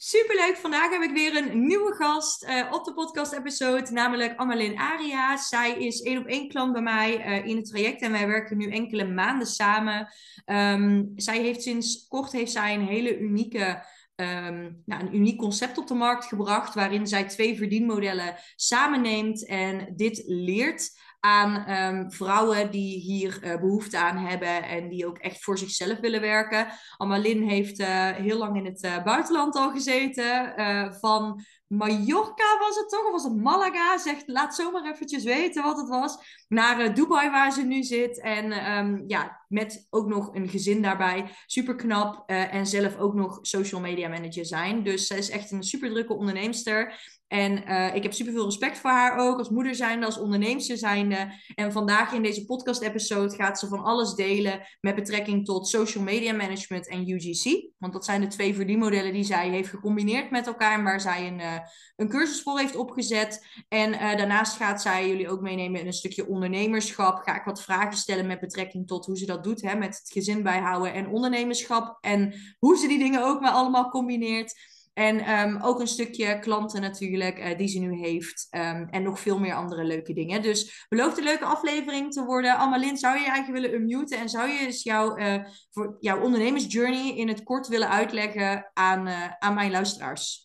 Superleuk, vandaag heb ik weer een nieuwe gast op de podcast-episode, namelijk Amalin Aria. Zij is één op één klant bij mij in het traject en wij werken nu enkele maanden samen. Zij heeft sinds kort heeft zij een hele unieke, een uniek concept op de markt gebracht, waarin zij twee verdienmodellen samenneemt en dit leert aan vrouwen die hier behoefte aan hebben en die ook echt voor zichzelf willen werken. Amalin heeft heel lang in het buitenland al gezeten. Van Mallorca was het toch? Of was het Malaga? Zegt, laat zomaar eventjes weten wat het was. Naar Dubai waar ze nu zit. En ja, met ook nog een gezin daarbij. Super knap. En zelf ook nog social media manager zijn. Dus zij is echt een super drukke onderneemster. En ik heb super veel respect voor haar ook. Als moeder zijnde, als onderneemster zijnde. En vandaag in deze podcast-episode gaat ze van alles delen met betrekking tot social media management en UGC. Want dat zijn de twee verdienmodellen die zij heeft gecombineerd met elkaar en waar zij een cursus voor heeft opgezet. En daarnaast gaat zij jullie ook meenemen in een stukje ondernemerschap. Ga ik wat vragen stellen met betrekking tot hoe ze dat doet, hè, met het gezin bijhouden en ondernemerschap. En hoe ze die dingen ook maar allemaal combineert. En ook een stukje klanten natuurlijk, die ze nu heeft. En nog veel meer andere leuke dingen. Dus belooft een leuke aflevering te worden. Amalin, zou je je eigenlijk willen unmuten? En zou je eens voor jouw ondernemersjourney in het kort willen uitleggen aan mijn luisteraars?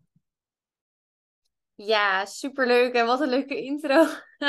Ja, superleuk en wat een leuke intro.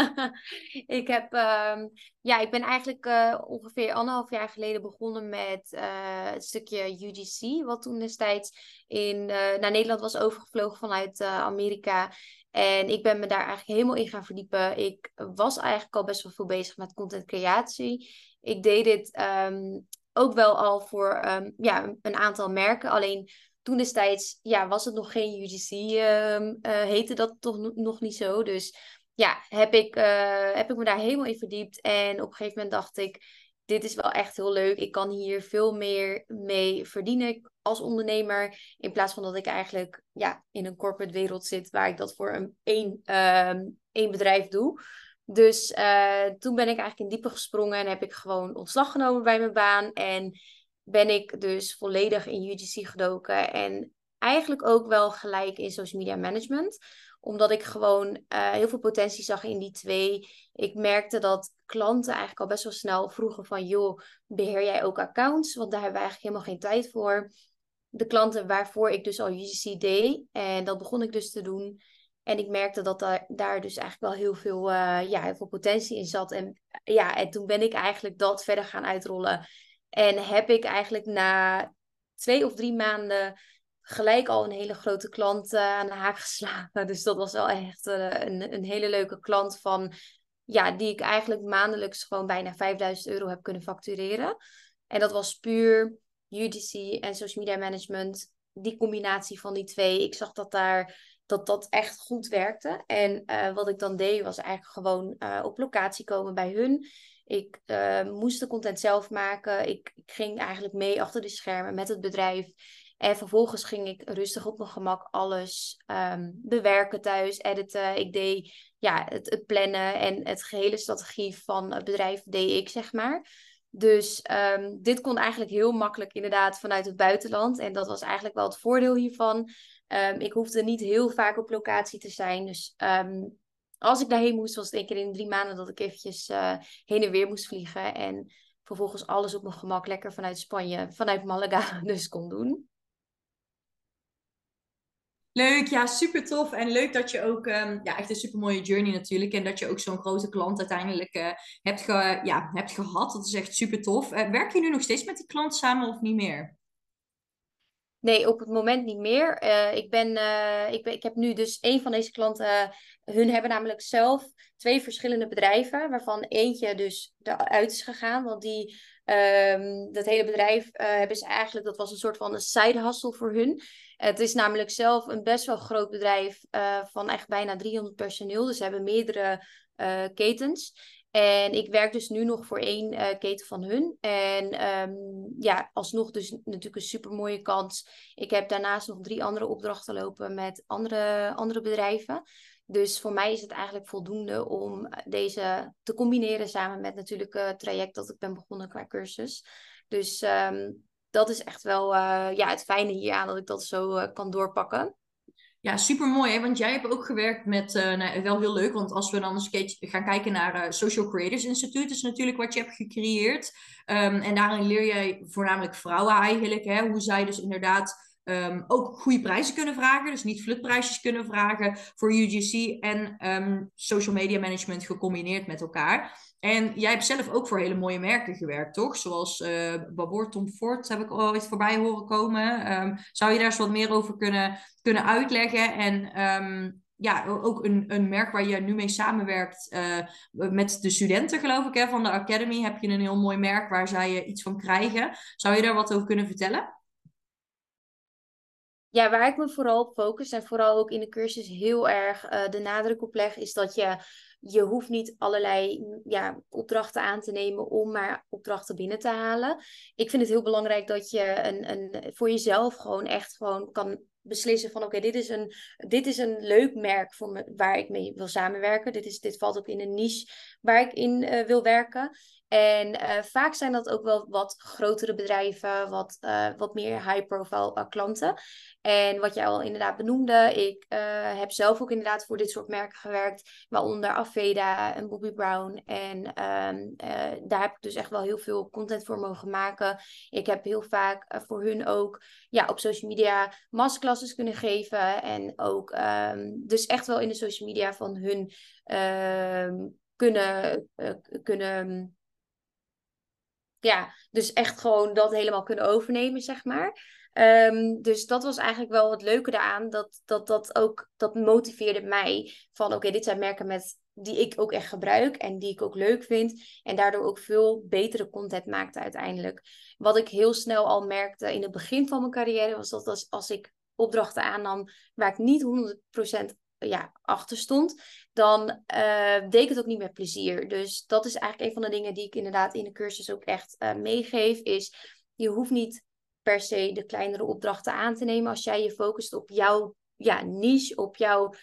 Ik heb, ik ben eigenlijk ongeveer 1,5 jaar geleden begonnen met het stukje UGC, wat toen destijds naar Nederland was overgevlogen vanuit Amerika. En ik ben me daar eigenlijk helemaal in gaan verdiepen. Ik was eigenlijk al best wel veel bezig met content creatie. Ik deed dit ook wel al voor een aantal merken. Alleen toen destijds was het nog geen UGC, heette dat toch nog niet zo. Dus ja, heb ik me daar helemaal in verdiept. En op een gegeven moment dacht ik, dit is wel echt heel leuk. Ik kan hier veel meer mee verdienen als ondernemer. In plaats van dat ik eigenlijk in een corporate wereld zit waar ik dat voor één bedrijf doe. Dus toen ben ik eigenlijk in diepe gesprongen en heb ik gewoon ontslag genomen bij mijn baan. En ben ik dus volledig in UGC gedoken. En eigenlijk ook wel gelijk in social media management. Omdat ik gewoon heel veel potentie zag in die twee. Ik merkte dat klanten eigenlijk al best wel snel vroegen van... joh, beheer jij ook accounts? Want daar hebben we eigenlijk helemaal geen tijd voor. De klanten waarvoor ik dus al UGC deed. En dat begon ik dus te doen. En ik merkte dat daar dus eigenlijk wel heel veel potentie in zat. En toen ben ik eigenlijk dat verder gaan uitrollen. En heb ik eigenlijk na 2 of 3 maanden gelijk al een hele grote klant aan de haak geslagen. Dus dat was wel echt een hele leuke klant die ik eigenlijk maandelijks gewoon bijna 5.000 euro heb kunnen factureren. En dat was puur UGC en social media management. Die combinatie van die twee. Ik zag dat echt goed werkte. En wat ik dan deed was eigenlijk gewoon op locatie komen bij hun. Ik moest de content zelf maken. Ik ging eigenlijk mee achter de schermen met het bedrijf. En vervolgens ging ik rustig op mijn gemak alles bewerken thuis, editen. Ik deed het plannen en het gehele strategie van het bedrijf deed ik, zeg maar. Dus dit kon eigenlijk heel makkelijk inderdaad vanuit het buitenland. En dat was eigenlijk wel het voordeel hiervan. Ik hoefde niet heel vaak op locatie te zijn. Dus als ik daarheen moest, was het 1 keer in 3 maanden dat ik eventjes heen en weer moest vliegen. En vervolgens alles op mijn gemak lekker vanuit Spanje, vanuit Malaga dus kon doen. Leuk, ja, super tof. En leuk dat je ook, echt een super mooie journey natuurlijk. En dat je ook zo'n grote klant uiteindelijk hebt gehad. Dat is echt super tof. Werk je nu nog steeds met die klant samen of niet meer? Nee, op het moment niet meer. Ik heb nu dus één van deze klanten. Hun hebben namelijk zelf 2 verschillende bedrijven, waarvan eentje dus eruit is gegaan. Want dat hele bedrijf hebben ze eigenlijk, dat was een soort van een side hustle voor hun. Het is namelijk zelf een best wel groot bedrijf van echt bijna 300 personeel. Dus ze hebben meerdere ketens. En ik werk dus nu nog voor één keten van hun. En alsnog dus natuurlijk een super mooie kans. Ik heb daarnaast nog 3 andere opdrachten lopen met andere bedrijven. Dus voor mij is het eigenlijk voldoende om deze te combineren samen met natuurlijk het traject dat ik ben begonnen qua cursus. Dus dat is echt wel het fijne hieraan dat ik dat zo kan doorpakken. Ja, super mooi, hè? Want jij hebt ook gewerkt met, nou, wel heel leuk, want als we dan eens een keertje gaan kijken naar Social Creators Institute, is natuurlijk wat je hebt gecreëerd. En daarin leer jij voornamelijk vrouwen eigenlijk, hè, hoe zij dus inderdaad ook goede prijzen kunnen vragen, dus niet flutprijsjes kunnen vragen voor UGC en social media management gecombineerd met elkaar. En jij hebt zelf ook voor hele mooie merken gewerkt, toch? Zoals Babor Tom Ford heb ik ooit voorbij horen komen. Zou je daar eens wat meer over kunnen uitleggen? En ja, ook een merk waar je nu mee samenwerkt met de studenten, geloof ik, hè, van de Academy. Heb je een heel mooi merk waar zij iets van krijgen. Zou je daar wat over kunnen vertellen? Ja, waar ik me vooral op focus en vooral ook in de cursus heel erg de nadruk op leg, is dat je hoeft niet allerlei opdrachten aan te nemen om maar opdrachten binnen te halen. Ik vind het heel belangrijk dat je voor jezelf gewoon echt gewoon kan beslissen van oké, dit is een leuk merk voor me, waar ik mee wil samenwerken. Dit valt ook in een niche waar ik in wil werken. En vaak zijn dat ook wel wat grotere bedrijven, wat meer high-profile klanten. En wat jij al inderdaad benoemde, ik heb zelf ook inderdaad voor dit soort merken gewerkt, waaronder Aveda en Bobbi Brown. En daar heb ik dus echt wel heel veel content voor mogen maken. Ik heb heel vaak voor hun ook op social media masterclasses kunnen geven. En ook dus echt wel in de social media van hun kunnen dus echt gewoon dat helemaal kunnen overnemen, zeg maar. Dus dat was eigenlijk wel het leuke daaraan. Dat motiveerde mij van oké, dit zijn merken die ik ook echt gebruik en die ik ook leuk vind. En daardoor ook veel betere content maakte uiteindelijk. Wat ik heel snel al merkte in het begin van mijn carrière was dat als ik opdrachten aannam waar ik niet 100% achter stond, dan deed ik het ook niet met plezier. Dus dat is eigenlijk een van de dingen die ik inderdaad in de cursus ook echt meegeef, is je hoeft niet per se de kleinere opdrachten aan te nemen als jij je focust op jouw niche, op jouw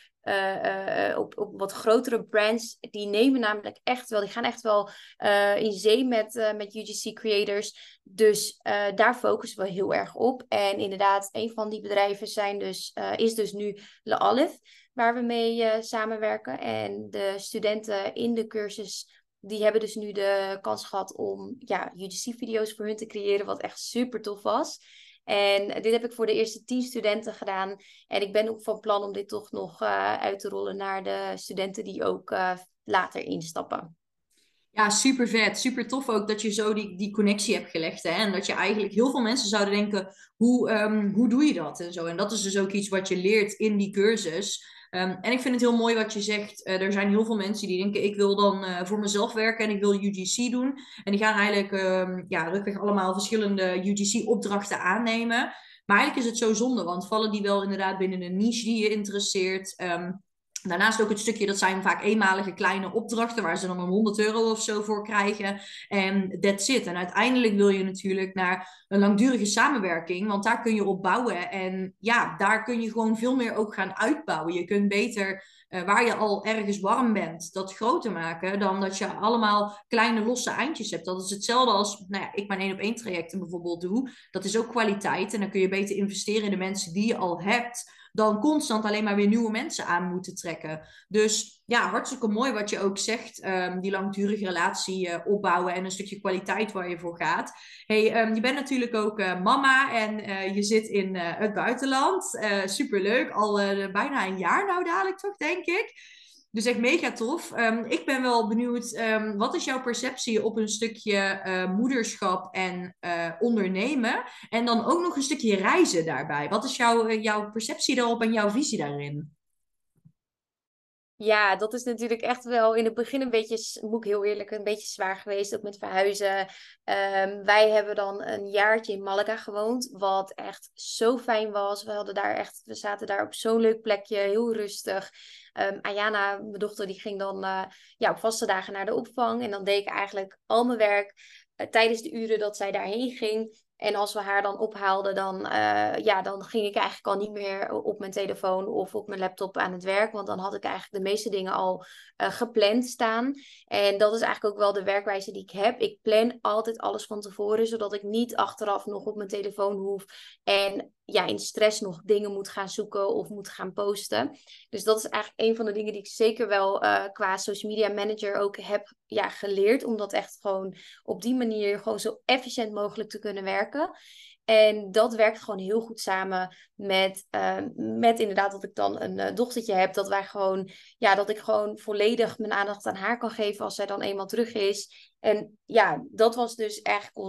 op wat grotere brands. Die nemen namelijk echt wel, die gaan echt wel in zee met UGC creators. Dus daar focussen we heel erg op. En inderdaad, een van die bedrijven is dus nu Le Alif, waar we mee samenwerken. En de studenten in de cursus, die hebben dus nu de kans gehad om UGC-video's voor hun te creëren, wat echt super tof was. En dit heb ik voor de eerste 10 studenten gedaan. En ik ben ook van plan om dit toch nog uit te rollen naar de studenten die ook later instappen. Ja, super vet. Super tof ook dat je zo die connectie hebt gelegd. Hè? En dat je eigenlijk heel veel mensen zouden denken, hoe doe je dat? En zo. En dat is dus ook iets wat je leert in die cursus. En ik vind het heel mooi wat je zegt. Er zijn heel veel mensen die denken, ik wil dan voor mezelf werken en ik wil UGC doen. En die gaan eigenlijk rukweg allemaal verschillende UGC-opdrachten aannemen. Maar eigenlijk is het zo zonde, want vallen die wel inderdaad binnen een niche die je interesseert? Daarnaast ook het stukje, dat zijn vaak eenmalige kleine opdrachten waar ze dan een 100 euro of zo voor krijgen. En that's it. En uiteindelijk wil je natuurlijk naar een langdurige samenwerking, want daar kun je op bouwen. En ja, daar kun je gewoon veel meer ook gaan uitbouwen. Je kunt beter, waar je al ergens warm bent, dat groter maken dan dat je allemaal kleine losse eindjes hebt. Dat is hetzelfde als, nou ja, ik mijn 1-op-1 trajecten bijvoorbeeld doe. Dat is ook kwaliteit en dan kun je beter investeren in de mensen die je al hebt dan constant alleen maar weer nieuwe mensen aan moeten trekken. Dus ja, hartstikke mooi wat je ook zegt. Die langdurige relatie opbouwen en een stukje kwaliteit waar je voor gaat. Hey, je bent natuurlijk ook mama en je zit in het buitenland. Superleuk, al bijna een jaar nou dadelijk toch, denk ik. Dus echt mega tof. Ik ben wel benieuwd, wat is jouw perceptie op een stukje moederschap en ondernemen? En dan ook nog een stukje reizen daarbij. Wat is jouw perceptie daarop en jouw visie daarin? Ja, dat is natuurlijk echt wel in het begin een beetje, moet ik heel eerlijk, een beetje zwaar geweest, ook met verhuizen. Wij hebben dan een jaartje in Malaga gewoond, wat echt zo fijn was. We zaten daar op zo'n leuk plekje, heel rustig. Ayana, mijn dochter, die ging dan op vaste dagen naar de opvang. En dan deed ik eigenlijk al mijn werk tijdens de uren dat zij daarheen ging. En als we haar dan ophaalden, dan ging ik eigenlijk al niet meer op mijn telefoon of op mijn laptop aan het werk. Want dan had ik eigenlijk de meeste dingen al gepland staan. En dat is eigenlijk ook wel de werkwijze die ik heb. Ik plan altijd alles van tevoren, zodat ik niet achteraf nog op mijn telefoon hoef. En ja, in stress nog dingen moet gaan zoeken of moet gaan posten. Dus dat is eigenlijk een van de dingen die ik zeker wel qua social media manager ook heb geleerd. Om dat echt gewoon op die manier gewoon zo efficiënt mogelijk te kunnen werken. En dat werkt gewoon heel goed samen met inderdaad dat ik dan een dochtertje heb. Dat wij gewoon, dat ik gewoon volledig mijn aandacht aan haar kan geven als zij dan eenmaal terug is. En ja, dat was dus eigenlijk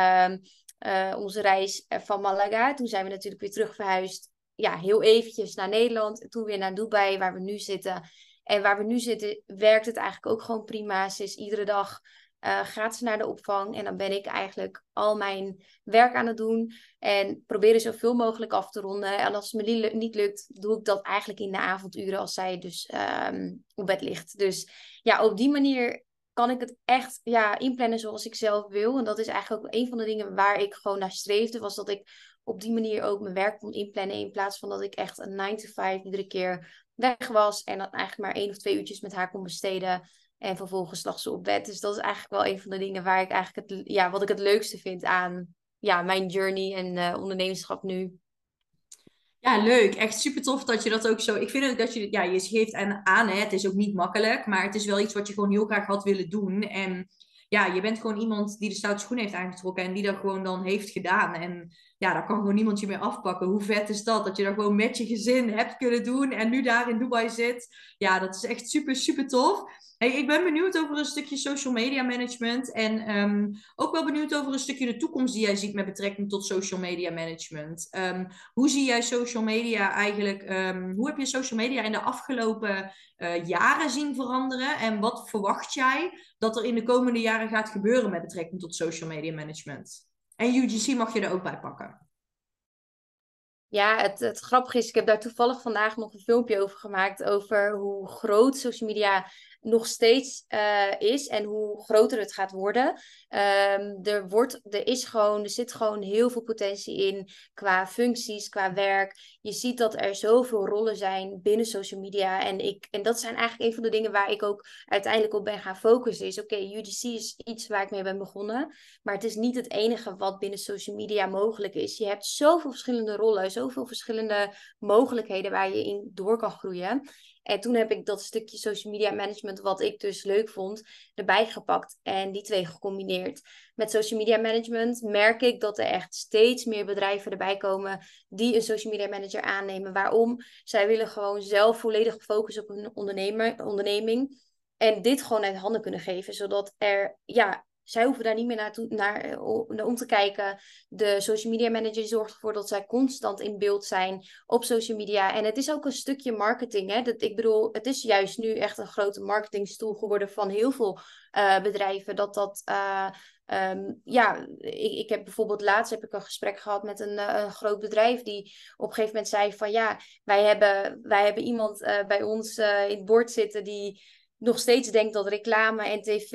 onze reis van Malaga. Toen zijn we natuurlijk weer terug verhuisd. Ja, heel eventjes naar Nederland. En toen weer naar Dubai, waar we nu zitten. En waar we nu zitten, werkt het eigenlijk ook gewoon prima. Ze is iedere dag gaat ze naar de opvang. En dan ben ik eigenlijk al mijn werk aan het doen. En proberen zoveel mogelijk af te ronden. En als het me niet lukt, doe ik dat eigenlijk in de avonduren. Als zij dus op bed ligt. Dus ja, op die manier kan ik het echt inplannen zoals ik zelf wil. En dat is eigenlijk ook een van de dingen waar ik gewoon naar streefde. Was dat ik op die manier ook mijn werk kon inplannen. In plaats van dat ik echt een 9 to 5 iedere keer weg was. En dan eigenlijk maar 1 of 2 uurtjes met haar kon besteden. En vervolgens lag ze op bed. Dus dat is eigenlijk wel een van de dingen waar ik eigenlijk wat ik het leukste vind aan mijn journey en ondernemerschap nu. Ja, leuk. Echt super tof dat je dat ook zo... Ik vind ook dat je... Ja, je geeft aan, hè. Het is ook niet makkelijk. Maar het is wel iets wat je gewoon heel graag had willen doen. En ja, je bent gewoon iemand die de stoute schoen heeft aangetrokken. En die dat gewoon dan heeft gedaan. En ja, daar kan gewoon niemand je meer afpakken. Hoe vet is dat? Dat je dat gewoon met je gezin hebt kunnen doen. En nu daar in Dubai zit. Ja, dat is echt super, super tof. Hey, ik ben benieuwd over een stukje social media management. En ook wel benieuwd over een stukje de toekomst die jij ziet met betrekking tot social media management. Hoe zie jij social media eigenlijk? Hoe heb je social media in de afgelopen jaren zien veranderen? En wat verwacht jij dat er in de komende jaren gaat gebeuren met betrekking tot social media management? En UGC mag je er ook bij pakken. Ja, het grappige is, ik heb daar toevallig vandaag nog een filmpje over gemaakt. Over hoe groot social media nog steeds is en hoe groter het gaat worden. Er zit gewoon heel veel potentie in qua functies, qua werk. Je ziet dat er zoveel rollen zijn binnen social media. En dat zijn eigenlijk een van de dingen waar ik ook uiteindelijk op ben gaan focussen. Is oké, UGC is iets waar ik mee ben begonnen. Maar het is niet het enige wat binnen social media mogelijk is. Je hebt zoveel verschillende rollen, zoveel verschillende mogelijkheden waar je in door kan groeien. En toen heb ik dat stukje social media management, wat ik dus leuk vond, erbij gepakt en die twee gecombineerd. Met social media management merk ik dat er echt steeds meer bedrijven erbij komen die een social media manager aannemen. Waarom? Zij willen gewoon zelf volledig focussen op hun onderneming. En dit gewoon uit handen kunnen geven, zodat zij hoeven daar niet meer naar om te kijken. De social media manager zorgt ervoor dat zij constant in beeld zijn op social media. En het is ook een stukje marketing. Hè? Ik bedoel, het is juist nu echt een grote marketingstoel geworden van heel veel bedrijven. Ik heb bijvoorbeeld laatst heb ik een gesprek gehad met een groot bedrijf die op een gegeven moment zei van ja, wij hebben iemand bij ons in het board zitten die nog steeds denkt dat reclame en tv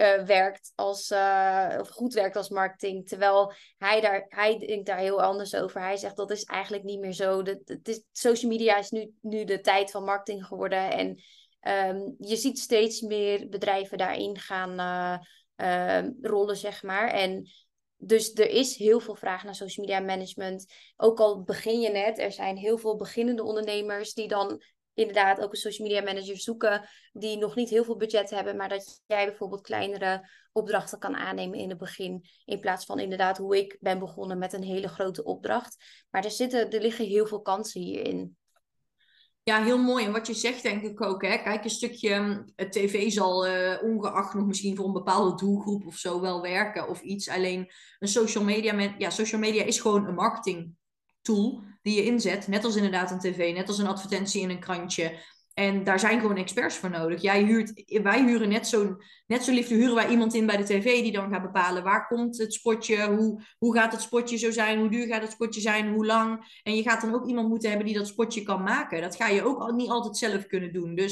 of goed werkt als marketing. Terwijl hij denkt daar heel anders over. Hij zegt dat is eigenlijk niet meer zo. Social media is nu de tijd van marketing geworden. En je ziet steeds meer bedrijven daarin gaan rollen, zeg maar. En dus er is heel veel vraag naar social media management. Ook al begin je net, er zijn heel veel beginnende ondernemers die dan inderdaad ook een social media manager zoeken die nog niet heel veel budget hebben, maar dat jij bijvoorbeeld kleinere opdrachten kan aannemen in het begin, in plaats van inderdaad hoe ik ben begonnen met een hele grote opdracht. Maar er liggen heel veel kansen hierin. Ja, heel mooi. En wat je zegt, denk ik ook, hè. Kijk, een stukje tv zal ongeacht nog misschien voor een bepaalde doelgroep of zo wel werken of iets. Alleen een social media is gewoon een marketing tool die je inzet. Net als inderdaad een tv, net als een advertentie in een krantje. En daar zijn gewoon experts voor nodig. Wij huren net zo lief huren wij iemand in bij de tv die dan gaat bepalen waar komt het spotje, hoe gaat het spotje zo zijn, hoe duur gaat het spotje zijn, hoe lang. En je gaat dan ook iemand moeten hebben die dat spotje kan maken. Dat ga je ook niet altijd zelf kunnen doen. Dus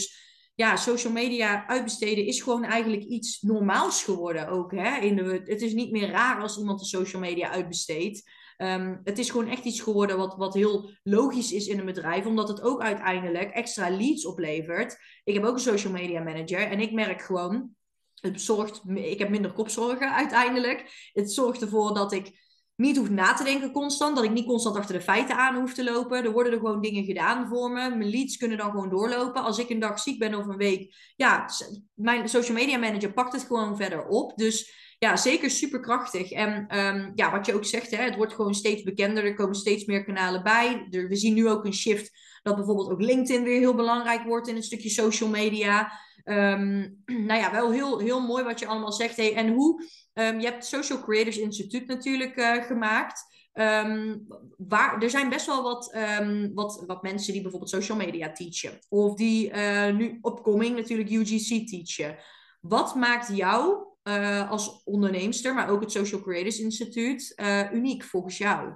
ja, social media uitbesteden is gewoon eigenlijk iets normaals geworden ook. Hè? Het is niet meer raar als iemand de social media uitbesteedt. Het is gewoon echt iets geworden wat heel logisch is in een bedrijf, omdat het ook uiteindelijk extra leads oplevert. Ik heb ook een social media manager en ik merk gewoon, ik heb minder kopzorgen uiteindelijk. Het zorgt ervoor dat ik niet hoef na te denken constant. Dat ik niet constant achter de feiten aan hoef te lopen. Er worden er gewoon dingen gedaan voor me. Mijn leads kunnen dan gewoon doorlopen. Als ik een dag ziek ben of een week, ja, mijn social media manager pakt het gewoon verder op. Dus ja, zeker super krachtig. En ja, wat je ook zegt, hè, het wordt gewoon steeds bekender. Er komen steeds meer kanalen bij. We zien nu ook een shift dat bijvoorbeeld ook LinkedIn weer heel belangrijk wordt in een stukje social media. Nou ja, wel heel, heel mooi wat je allemaal zegt. Hey, en hoe je hebt het Social Creators Instituut natuurlijk gemaakt. Er zijn best wel wat mensen die bijvoorbeeld social media teachen. Of die nu upcoming natuurlijk UGC teachen. Wat maakt jou als onderneemster, maar ook het Social Creators Instituut, uniek volgens jou?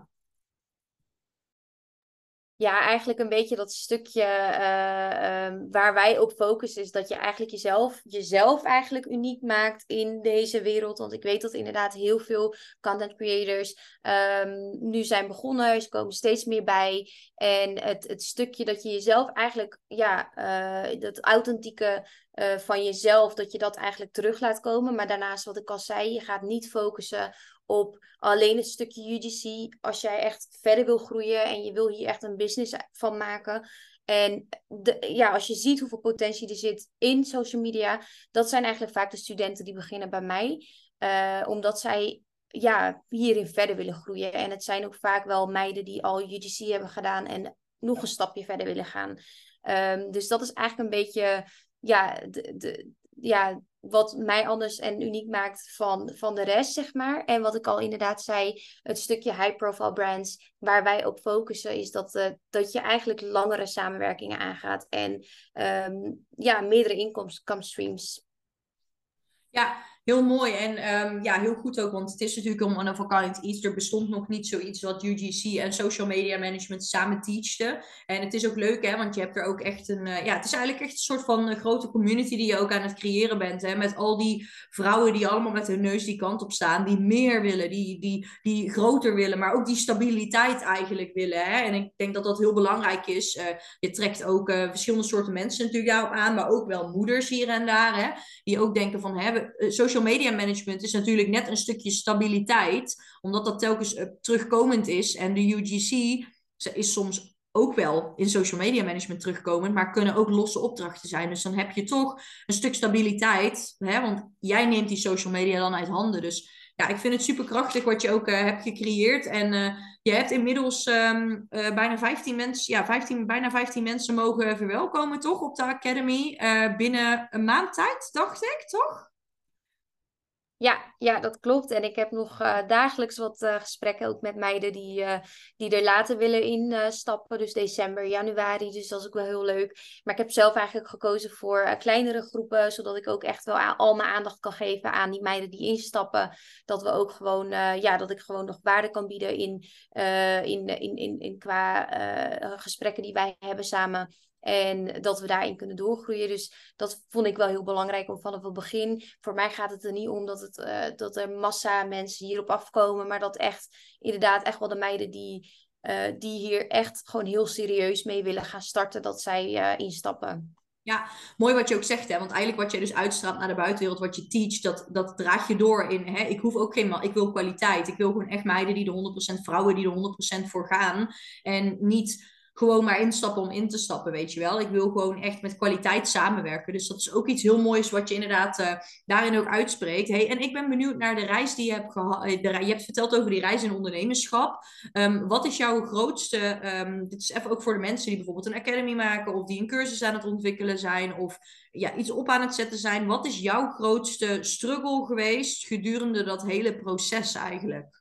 Ja, eigenlijk een beetje dat stukje waar wij op focussen is dat je eigenlijk jezelf eigenlijk uniek maakt in deze wereld. Want ik weet dat inderdaad heel veel content creators nu zijn begonnen. Er komen steeds meer bij. En het stukje dat je jezelf eigenlijk, ja, dat authentieke van jezelf, dat je dat eigenlijk terug laat komen. Maar daarnaast, wat ik al zei, je gaat niet focussen op alleen het stukje UGC. Als jij echt verder wil groeien en je wil hier echt een business van maken. En ja, als je ziet hoeveel potentie er zit in social media, dat zijn eigenlijk vaak de studenten die beginnen bij mij. Omdat zij ja, hierin verder willen groeien. En het zijn ook vaak wel meiden die al UGC hebben gedaan en nog een stapje verder willen gaan. Dus dat is eigenlijk een beetje ja, ja, wat mij anders en uniek maakt van de rest, zeg maar. En wat ik al inderdaad zei, het stukje high-profile brands waar wij op focussen, is dat je eigenlijk langere samenwerkingen aangaat en ja, meerdere inkomstenstreams. Ja, heel mooi en ja, heel goed ook, want het is natuurlijk om one of a kind iets. Er bestond nog niet zoiets wat UGC en social media management samen teachten. En het is ook leuk, hè, want je hebt er ook echt ja, het is eigenlijk echt een soort van grote community die je ook aan het creëren bent, hè, met al die vrouwen die allemaal met hun neus die kant op staan, die meer willen, die groter willen, maar ook die stabiliteit eigenlijk willen, hè. En ik denk dat dat heel belangrijk is. Je trekt ook verschillende soorten mensen natuurlijk daarop aan, maar ook wel moeders hier en daar, hè, die ook denken van, hè, social media management is natuurlijk net een stukje stabiliteit, omdat dat telkens terugkomend is. En de UGC is soms ook wel in social media management terugkomend, maar kunnen ook losse opdrachten zijn. Dus dan heb je toch een stuk stabiliteit, hè, want jij neemt die social media dan uit handen. Dus ja, ik vind het super krachtig wat je ook hebt gecreëerd. En je hebt inmiddels bijna 15 mensen, ja, bijna 15 mensen mogen verwelkomen, toch, op de Academy. Binnen een maand tijd, dacht ik, toch? Ja, dat klopt. En ik heb nog dagelijks wat gesprekken ook met meiden die er later willen instappen. Dus december, januari. Dus dat is ook wel heel leuk. Maar ik heb zelf eigenlijk gekozen voor kleinere groepen. Zodat ik ook echt wel al mijn aandacht kan geven aan die meiden die instappen. Dat we ook gewoon, ja, dat ik gewoon nog waarde kan bieden in qua gesprekken die wij hebben samen. En dat we daarin kunnen doorgroeien. Dus dat vond ik wel heel belangrijk om vanaf het begin. Voor mij gaat het er niet om dat er massa mensen hierop afkomen. Maar dat echt inderdaad echt wel de meiden die hier echt gewoon heel serieus mee willen gaan starten. Dat zij instappen. Ja, mooi wat je ook zegt, hè? Want eigenlijk wat je dus uitstraalt naar de buitenwereld, wat je teacht, dat draag je door in, hè? Ik hoef ook geen man, ik wil kwaliteit. Ik wil gewoon echt meiden die er 100% vrouwen die er 100% voor gaan. En niet gewoon maar instappen om in te stappen, weet je wel. Ik wil gewoon echt met kwaliteit samenwerken. Dus dat is ook iets heel moois wat je inderdaad daarin ook uitspreekt. Hey, en ik ben benieuwd naar de reis die je hebt gehad. Je hebt verteld over die reis in ondernemerschap. Wat is jouw grootste, dit is even ook voor de mensen die bijvoorbeeld een academy maken of die een cursus aan het ontwikkelen zijn of ja, iets op aan het zetten zijn. Wat is jouw grootste struggle geweest gedurende dat hele proces eigenlijk?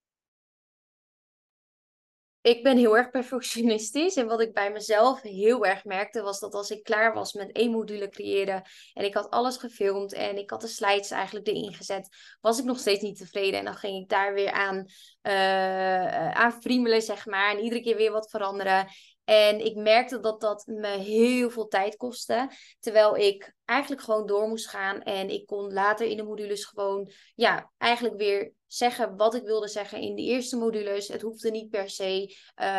Ik ben heel erg perfectionistisch. En wat ik bij mezelf heel erg merkte, was dat als ik klaar was met één module creëren en ik had alles gefilmd en ik had de slides eigenlijk erin gezet, was ik nog steeds niet tevreden. En dan ging ik daar weer aan friemelen, zeg maar. En iedere keer weer wat veranderen. En ik merkte dat dat me heel veel tijd kostte. Terwijl ik eigenlijk gewoon door moest gaan. En ik kon later in de modules gewoon, ja, eigenlijk weer zeggen wat ik wilde zeggen in de eerste modules. Het hoefde niet per se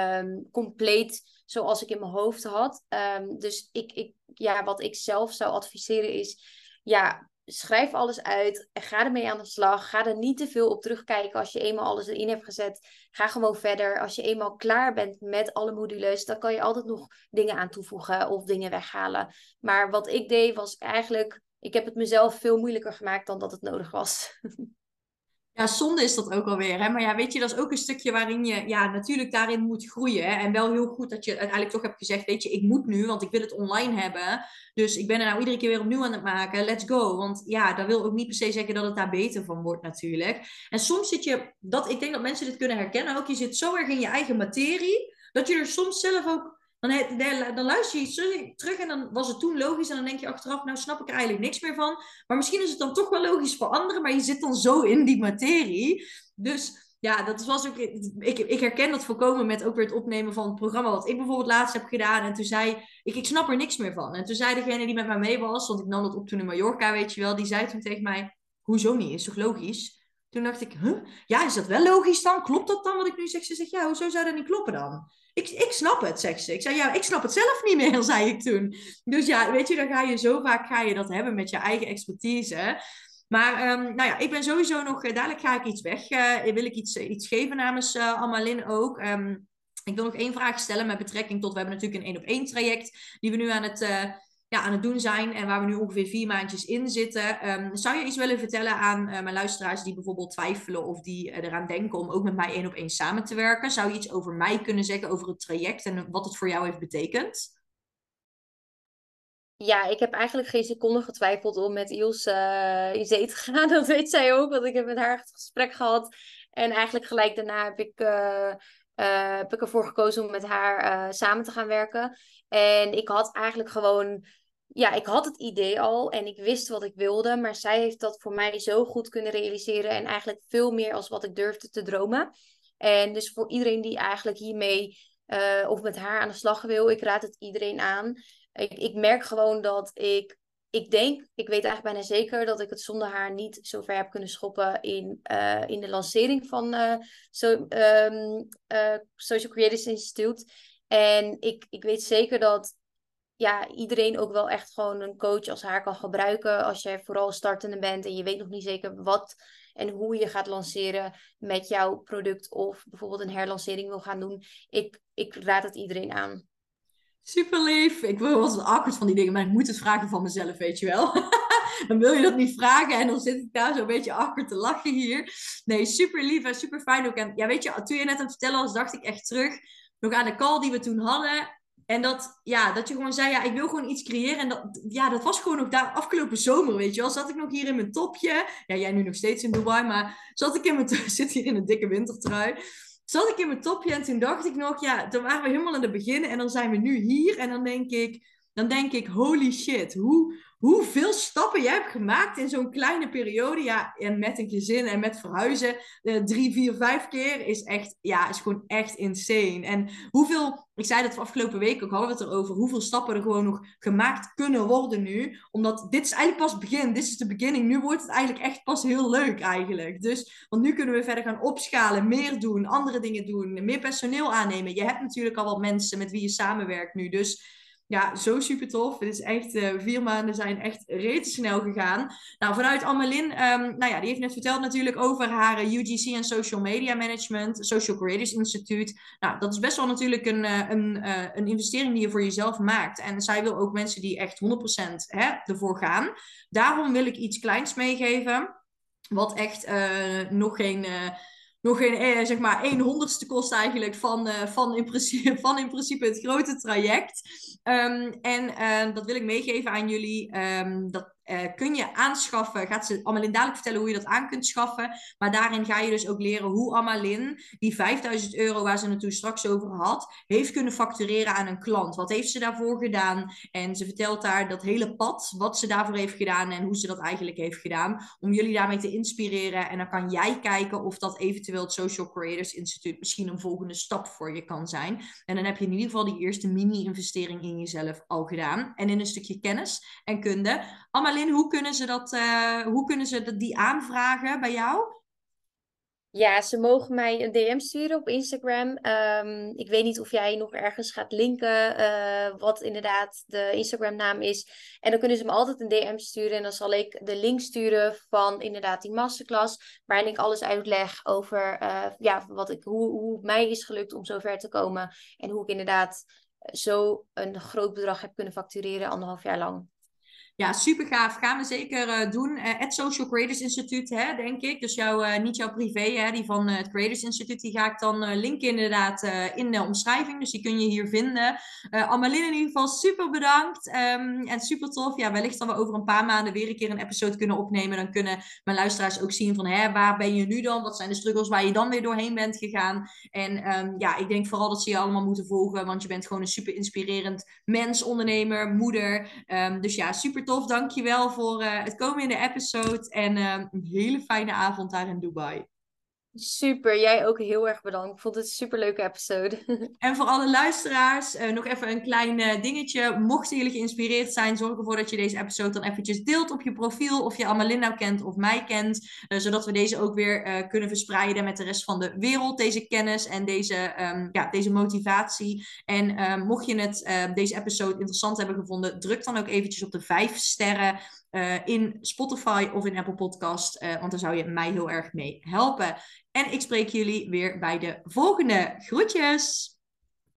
compleet zoals ik in mijn hoofd had. Dus ja, wat ik zelf zou adviseren is, ja, schrijf alles uit en ga ermee aan de slag. Ga er niet te veel op terugkijken als je eenmaal alles erin hebt gezet. Ga gewoon verder. Als je eenmaal klaar bent met alle modules, dan kan je altijd nog dingen aan toevoegen of dingen weghalen. Maar wat ik deed was eigenlijk, ik heb het mezelf veel moeilijker gemaakt dan dat het nodig was. Ja, zonde is dat ook alweer, hè? Maar ja, weet je, dat is ook een stukje waarin je, ja, natuurlijk daarin moet groeien. Hè? En wel heel goed dat je uiteindelijk toch hebt gezegd, weet je, ik moet nu, want ik wil het online hebben. Dus ik ben er nou iedere keer weer opnieuw aan het maken. Let's go. Want ja, dat wil ook niet per se zeggen dat het daar beter van wordt natuurlijk. En soms zit je, ik denk dat mensen dit kunnen herkennen ook, je zit zo erg in je eigen materie, dat je er soms zelf ook dan luister je iets terug en dan was het toen logisch. En dan denk je achteraf, nou snap ik er eigenlijk niks meer van. Maar misschien is het dan toch wel logisch voor anderen. Maar je zit dan zo in die materie. Dus ja, dat was ook... Ik herken dat voorkomen met ook weer het opnemen van het programma. Wat ik bijvoorbeeld laatst heb gedaan. En toen zei ik snap er niks meer van. En toen zei degene die met mij mee was, want ik nam dat op toen in Mallorca, weet je wel. Die zei toen tegen mij, hoezo niet? Is toch logisch? Toen dacht ik, huh? Ja, is dat wel logisch dan? Klopt dat dan wat ik nu zeg? Ze zegt, ja, hoezo zou dat niet kloppen dan? Ik snap het, zegt ze. Ik zei, ja, ik snap het zelf niet meer, zei ik toen. Dus ja, weet je, dan ga je zo vaak dat hebben met je eigen expertise. Maar nou ja, ik ben sowieso nog, dadelijk ga ik iets weg. Wil ik iets geven namens Amalin ook. Ik wil nog één vraag stellen met betrekking tot, we hebben natuurlijk een 1-op-1 traject die we nu aan het doen zijn en waar we nu ongeveer 4 maandjes in zitten. Zou je iets willen vertellen aan mijn luisteraars die bijvoorbeeld twijfelen of die eraan denken om ook met mij 1-op-1 samen te werken? Zou je iets over mij kunnen zeggen, over het traject en wat het voor jou heeft betekend? Ja, ik heb eigenlijk geen seconde getwijfeld om met Iels in zee te gaan. Dat weet zij ook, want ik heb met haar het gesprek gehad. En eigenlijk gelijk daarna heb ik ervoor gekozen om met haar samen te gaan werken. En ik had eigenlijk gewoon... Ja, ik had het idee al en ik wist wat ik wilde. Maar zij heeft dat voor mij zo goed kunnen realiseren. En eigenlijk veel meer als wat ik durfde te dromen. En dus voor iedereen die eigenlijk hiermee of met haar aan de slag wil, ik raad het iedereen aan. Ik merk gewoon dat ik denk, ik weet eigenlijk bijna zeker dat ik het zonder haar niet zo ver heb kunnen schoppen in de lancering van Social Creators Institute. En ik weet zeker dat ja, iedereen ook wel echt gewoon een coach als haar kan gebruiken. Als jij vooral startende bent en je weet nog niet zeker wat en hoe je gaat lanceren met jouw product of bijvoorbeeld een herlancering wil gaan doen. Ik raad het iedereen aan. Super lief. Ik wil wel eens awkward van die dingen, maar ik moet het vragen van mezelf, weet je wel. Dan wil je dat niet vragen en dan zit ik daar zo'n beetje awkward te lachen hier. Nee, super lief en super fijn ook. En ja, weet je, toen je net aan het vertellen was, dacht ik echt terug nog aan de call die we toen hadden. En dat je gewoon zei, ja, ik wil gewoon iets creëren. En dat was gewoon nog daar afgelopen zomer, weet je wel. Zat ik nog hier in mijn topje. Ja, jij nu nog steeds in Dubai, maar zit hier in een dikke wintertrui. Zat ik in mijn topje en toen dacht ik nog, ja, toen waren we helemaal aan het begin en dan zijn we nu hier. En dan denk ik holy shit, hoeveel stappen jij hebt gemaakt in zo'n kleine periode. Ja, en met een gezin en met verhuizen. 3, 4, 5 keer is echt, ja, is gewoon echt insane. En hoeveel, ik zei dat afgelopen week ook, hadden we het erover, hoeveel stappen er gewoon nog gemaakt kunnen worden nu. Omdat dit is eigenlijk pas het begin, dit is de beginning. Nu wordt het eigenlijk echt pas heel leuk eigenlijk. Dus, want nu kunnen we verder gaan opschalen, meer doen, andere dingen doen, meer personeel aannemen. Je hebt natuurlijk al wat mensen met wie je samenwerkt nu, dus... Ja, zo super tof. Het is echt, 4 maanden zijn echt rete snel gegaan. Nou, vanuit Amelin, nou ja, die heeft net verteld natuurlijk over haar UGC en Social Media Management, Social Creators Institute. Nou, dat is best wel natuurlijk een investering die je voor jezelf maakt. En zij wil ook mensen die echt 100% ervoor gaan. Daarom wil ik iets kleins meegeven, wat echt nog geen zeg maar 1/100ste kost eigenlijk van in principe het grote traject. En dat wil ik meegeven aan jullie. Dat kun je aanschaffen. Gaat ze Amalin dadelijk vertellen hoe je dat aan kunt schaffen. Maar daarin ga je dus ook leren hoe Amalin die €5.000 waar ze het toen straks over had, heeft kunnen factureren aan een klant. Wat heeft ze daarvoor gedaan? En ze vertelt daar dat hele pad, wat ze daarvoor heeft gedaan en hoe ze dat eigenlijk heeft gedaan. Om jullie daarmee te inspireren. En dan kan jij kijken of dat eventueel het Social Creators Institute misschien een volgende stap voor je kan zijn. En dan heb je in ieder geval die eerste mini-investering in jezelf al gedaan. En in een stukje kennis en kunde. Amalin, hoe kunnen ze die aanvragen bij jou? Ja, ze mogen mij een DM sturen op Instagram. Ik weet niet of jij nog ergens gaat linken, wat inderdaad de Instagram-naam is. En dan kunnen ze me altijd een DM sturen. En dan zal ik de link sturen van inderdaad die masterclass. Waarin ik alles uitleg over hoe het mij is gelukt om zo ver te komen. En hoe ik inderdaad zo een groot bedrag heb kunnen factureren 1,5 jaar lang. Ja, super gaaf. Gaan we zeker doen. Het Social Creators Institute, hè, denk ik. Dus niet jouw privé, hè, die van het Creators Institute. Die ga ik dan linken inderdaad in de omschrijving. Dus die kun je hier vinden. Amalin in ieder geval super bedankt. En super tof. Ja, wellicht dat we over een paar maanden weer een keer een episode kunnen opnemen. Dan kunnen mijn luisteraars ook zien van, waar ben je nu dan? Wat zijn de struggles waar je dan weer doorheen bent gegaan? En ik denk vooral dat ze je allemaal moeten volgen. Want je bent gewoon een super inspirerend mens, ondernemer, moeder. Dus ja, super tof. Dankjewel voor het komen in de episode. En een hele fijne avond daar in Dubai. Super, jij ook heel erg bedankt. Ik vond het een superleuke episode. En voor alle luisteraars, nog even een klein dingetje. Mochten jullie geïnspireerd zijn, zorg ervoor dat je deze episode dan eventjes deelt op je profiel. Of je Amalin nou kent of mij kent. Zodat we deze ook weer kunnen verspreiden met de rest van de wereld. Deze kennis en deze motivatie. En mocht je deze episode interessant hebben gevonden, druk dan ook eventjes op de 5 sterren. In Spotify of in Apple Podcast. Want daar zou je mij heel erg mee helpen. En ik spreek jullie weer bij de volgende. Groetjes!